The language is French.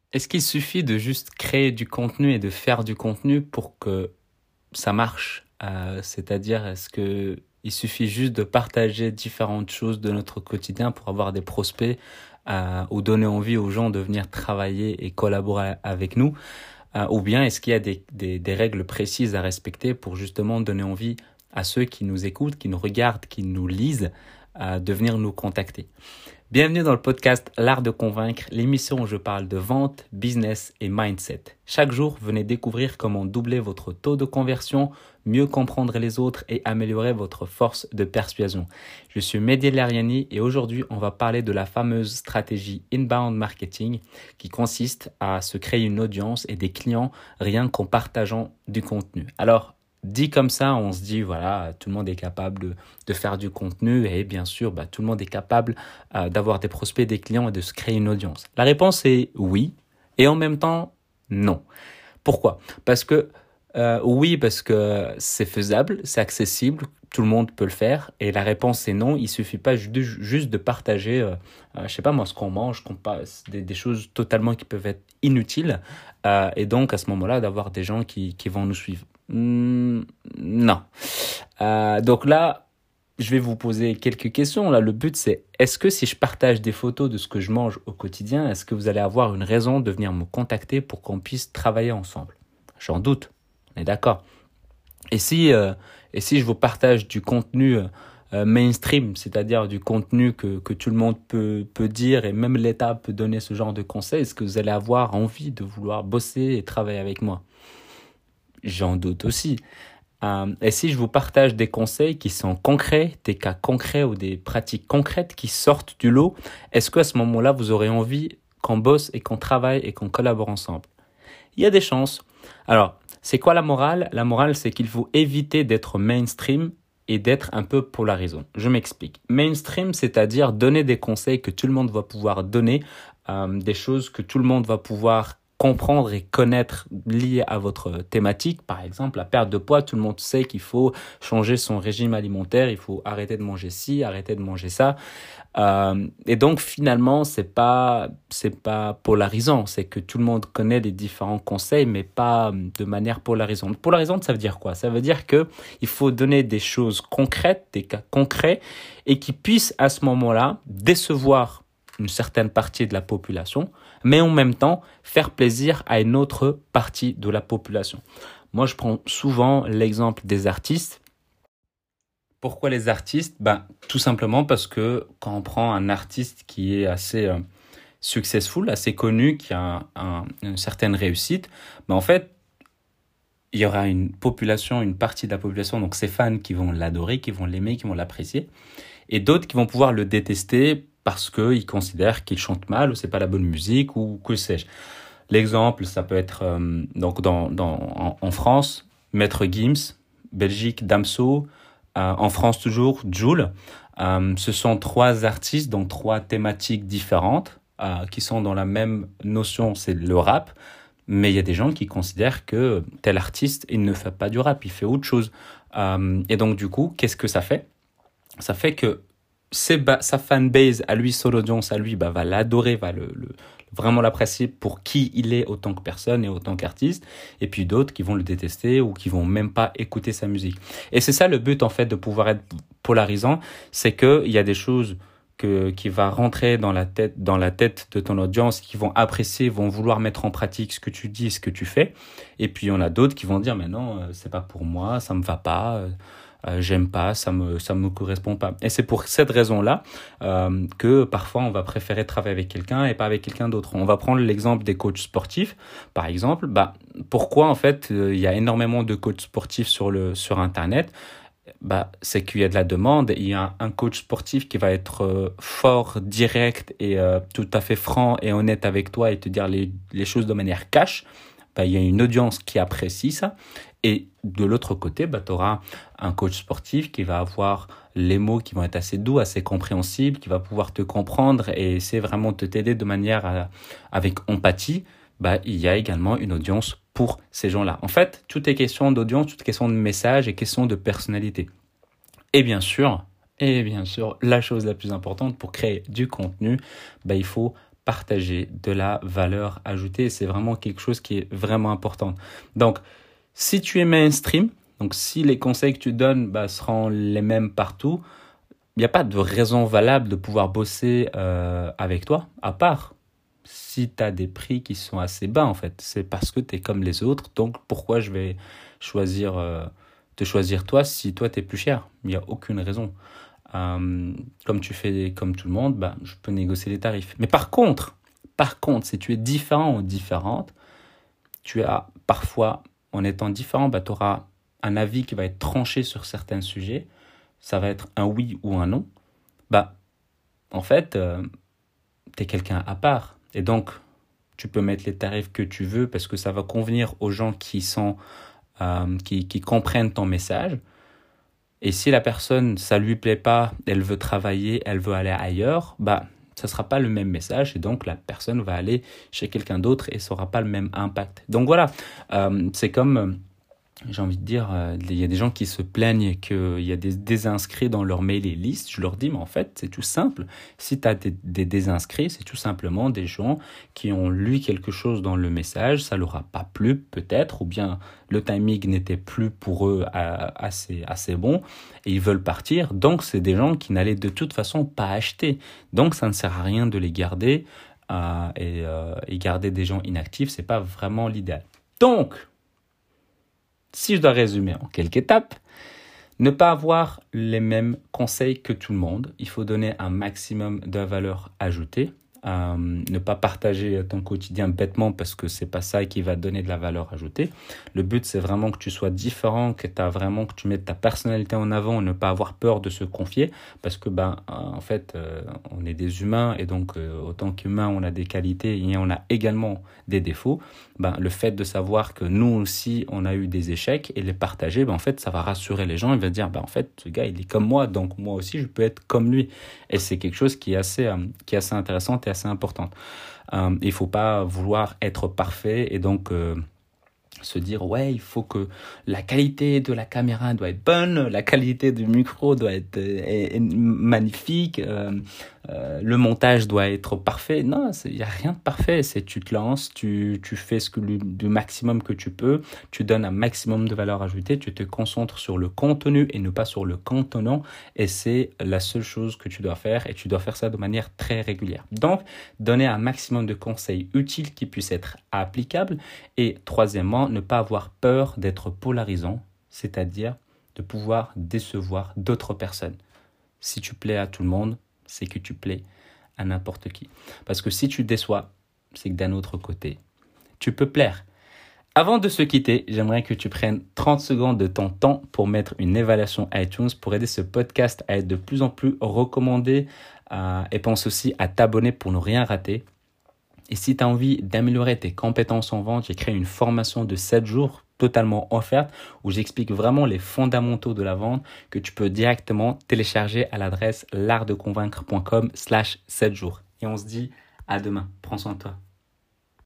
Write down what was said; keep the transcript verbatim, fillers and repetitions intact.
Est-ce qu'il suffit de juste créer du contenu et de faire du contenu pour que ça marche? Euh, c'est-à-dire, est-ce que il suffit juste de partager différentes choses de notre quotidien pour avoir des prospects euh, ou donner envie aux gens de venir travailler et collaborer avec nous? Euh, ou bien est-ce qu'il y a des, des, des règles précises à respecter pour justement donner envie à ceux qui nous écoutent, qui nous regardent, qui nous lisent, euh, de venir nous contacter? Bienvenue dans le podcast L'Art de Convaincre, l'émission où je parle de vente, business et mindset. Chaque jour, venez découvrir comment doubler votre taux de conversion, mieux comprendre les autres et améliorer votre force de persuasion. Je suis Mehdi Lariani et aujourd'hui, on va parler de la fameuse stratégie inbound marketing qui consiste à se créer une audience et des clients rien qu'en partageant du contenu. Alors, dit comme ça, on se dit, voilà, tout le monde est capable de, de faire du contenu et bien sûr, bah, tout le monde est capable euh, d'avoir des prospects, des clients et de se créer une audience. La réponse est oui et en même temps, non. Pourquoi? Parce que euh, oui, parce que c'est faisable, c'est accessible, tout le monde peut le faire et la réponse est non. Il suffit pas ju- de- juste de partager, euh, euh, je sais pas moi, ce qu'on mange, qu'on passe, des, des choses totalement qui peuvent être inutiles euh, et donc à ce moment-là d'avoir des gens qui, qui vont nous suivre. Hmm, non. Euh, donc là, je vais vous poser quelques questions. Là, le but, c'est est-ce que si je partage des photos de ce que je mange au quotidien, est-ce que vous allez avoir une raison de venir me contacter pour qu'on puisse travailler ensemble? J'en doute. On est d'accord. Et si, euh, et si je vous partage du contenu euh, mainstream, c'est-à-dire du contenu que, que tout le monde peut, peut dire et même l'État peut donner ce genre de conseils, est-ce que vous allez avoir envie de vouloir bosser et travailler avec moi? J'en doute aussi. Euh, et si je vous partage des conseils qui sont concrets, des cas concrets ou des pratiques concrètes qui sortent du lot, est-ce qu'à ce moment-là, vous aurez envie qu'on bosse et qu'on travaille et qu'on collabore ensemble? Il y a des chances. Alors, c'est quoi la morale? La morale, c'est qu'il faut éviter d'être mainstream et d'être un peu polarisant. Je m'explique. Mainstream, c'est-à-dire donner des conseils que tout le monde va pouvoir donner, euh, des choses que tout le monde va pouvoir comprendre et connaître liées à votre thématique. Par exemple, la perte de poids, tout le monde sait qu'il faut changer son régime alimentaire, il faut arrêter de manger ci, arrêter de manger ça. Euh, et donc finalement, c'est pas c'est pas polarisant, c'est que tout le monde connaît les différents conseils, mais pas de manière polarisante. Polarisante, ça veut dire quoi? Ça veut dire que il faut donner des choses concrètes, des cas concrets, et qui puissent à ce moment-là décevoir une certaine partie de la population, mais en même temps faire plaisir à une autre partie de la population. Moi, je prends souvent l'exemple des artistes. Pourquoi les artistes? Ben, tout simplement parce que quand on prend un artiste qui est assez euh, successful, assez connu, qui a un- un- une certaine réussite, ben en fait, il y aura une population, une partie de la population, donc ses fans qui vont l'adorer, qui vont l'aimer, qui vont l'apprécier, et d'autres qui vont pouvoir le détester parce qu'ils considèrent qu'il chante mal ou c'est pas la bonne musique ou que sais-je. L'exemple, ça peut être euh, donc dans, dans, en, en France, Maître Gims, Belgique, Damso, euh, en France toujours, Jul. Euh, ce sont trois artistes, donc trois thématiques différentes, euh, qui sont dans la même notion, c'est le rap. Mais il y a des gens qui considèrent que tel artiste, il ne fait pas du rap, il fait autre chose. Euh, et donc du coup, qu'est-ce que ça fait? Ça fait que ses ba- sa fanbase, à lui, son audience, à lui, bah, va l'adorer, va le, le- vraiment l'apprécier pour qui il est autant que personne et autant qu'artiste. Et puis d'autres qui vont le détester ou qui vont même pas écouter sa musique. Et c'est ça le but, en fait, de pouvoir être polarisant. C'est que il y a des choses que, qui va rentrer dans la tête, dans la tête de ton audience, qui vont apprécier, vont vouloir mettre en pratique ce que tu dis, ce que tu fais. Et puis, il y en a d'autres qui vont dire, mais non, euh, c'est pas pour moi, ça me va pas. euh, euh, j'aime pas, ça me ça me correspond pas. Et c'est pour cette raison-là euh, que parfois on va préférer travailler avec quelqu'un et pas avec quelqu'un d'autre. On va prendre l'exemple des coachs sportifs, par exemple. Bah pourquoi en fait euh, il y a énormément de coachs sportifs sur le sur Internet? Bah, c'est qu'il y a de la demande. Il y a un coach sportif qui va être euh, fort, direct et euh, tout à fait franc et honnête avec toi et te dire les, les choses de manière cash. Bah, il y a une audience qui apprécie ça. Et de l'autre côté, bah, tu auras un coach sportif qui va avoir les mots qui vont être assez doux, assez compréhensibles, qui va pouvoir te comprendre et essayer vraiment de t'aider de manière à- avec empathie. Bah, il y a également une audience pour ces gens-là. En fait, tout est question d'audience, tout est question de message et question de personnalité. Et bien sûr, et bien sûr, la chose la plus importante pour créer du contenu, bah, il faut partager de la valeur ajoutée. C'est vraiment quelque chose qui est vraiment important. Donc, si tu es mainstream, donc si les conseils que tu donnes bah, seront les mêmes partout, il n'y a pas de raison valable de pouvoir bosser euh, avec toi, à part si tu as des prix qui sont assez bas en fait. C'est parce que tu es comme les autres, donc pourquoi je vais choisir, euh, te choisir toi si toi tu es plus cher? Il n'y a aucune raison. Euh, comme tu fais comme tout le monde, bah, je peux négocier les tarifs. Mais par contre, par contre, si tu es différent ou différente, tu as parfois, en étant différent, bah, tu auras un avis qui va être tranché sur certains sujets. Ça va être un oui ou un non. Bah, en fait, euh, tu es quelqu'un à part. Et donc, tu peux mettre les tarifs que tu veux parce que ça va convenir aux gens qui sont, euh, qui, qui comprennent ton message. Et si la personne, ça lui plaît pas, elle veut travailler, elle veut aller ailleurs, bah, ça sera pas le même message et donc la personne va aller chez quelqu'un d'autre et ça aura pas le même impact. Donc voilà, euh, c'est comme, euh, j'ai envie de dire, euh, il y a des gens qui se plaignent qu'il y a des désinscrits dans leur mailing list. Je leur dis, mais en fait, c'est tout simple. Si tu as des, des désinscrits, c'est tout simplement des gens qui ont lu quelque chose dans le message, ça leur a pas plu peut-être, ou bien le timing n'était plus pour eux euh, assez, assez bon et ils veulent partir. Donc, c'est des gens qui n'allaient de toute façon pas acheter. Donc, ça ne sert à rien de les garder euh, et, euh, et garder des gens inactifs, c'est pas vraiment l'idéal. Donc, si je dois résumer en quelques étapes, ne pas avoir les mêmes conseils que tout le monde. Il faut donner un maximum de valeur ajoutée. Euh, ne pas partager ton quotidien bêtement parce que c'est pas ça qui va donner de la valeur ajoutée. Le but, c'est vraiment que tu sois différent, que tu as vraiment que tu mettes ta personnalité en avant, ne pas avoir peur de se confier parce que ben en fait euh, on est des humains et donc euh, autant qu'humains on a des qualités et on a également des défauts. Ben le fait de savoir que nous aussi on a eu des échecs et les partager, ben en fait ça va rassurer les gens. Ils vont dire ben en fait ce gars il est comme moi donc moi aussi je peux être comme lui et c'est quelque chose qui est assez euh, qui est assez intéressant et assez importante. Euh, il ne faut pas vouloir être parfait et donc euh, se dire ouais il faut que la qualité de la caméra doit être bonne, la qualité du micro doit être euh, est, est magnifique, euh, euh, le montage doit être parfait. Non, il n'y a rien de parfait. C'est tu te lances, tu, tu fais ce que le, du maximum que tu peux, tu donnes un maximum de valeur ajoutée, tu te concentres sur le contenu et non pas sur le contenant et c'est la seule chose que tu dois faire et tu dois faire ça de manière très régulière. Donc, donner un maximum de conseils utiles qui puissent être applicables et troisièmement, ne pas avoir peur d'être polarisant, c'est-à-dire de pouvoir décevoir d'autres personnes. Si tu plais à tout le monde, c'est que tu plais à n'importe qui. Parce que si tu déçois, c'est que d'un autre côté, tu peux plaire. Avant de se quitter, j'aimerais que tu prennes trente secondes de ton temps pour mettre une évaluation iTunes pour aider ce podcast à être de plus en plus recommandé euh, et pense aussi à t'abonner pour ne rien rater. Et si tu as envie d'améliorer tes compétences en vente, j'ai créé une formation de sept jours totalement offerte où j'explique vraiment les fondamentaux de la vente que tu peux directement télécharger à l'adresse l'art de convaincre point com slash sept jours. Et on se dit à demain. Prends soin de toi.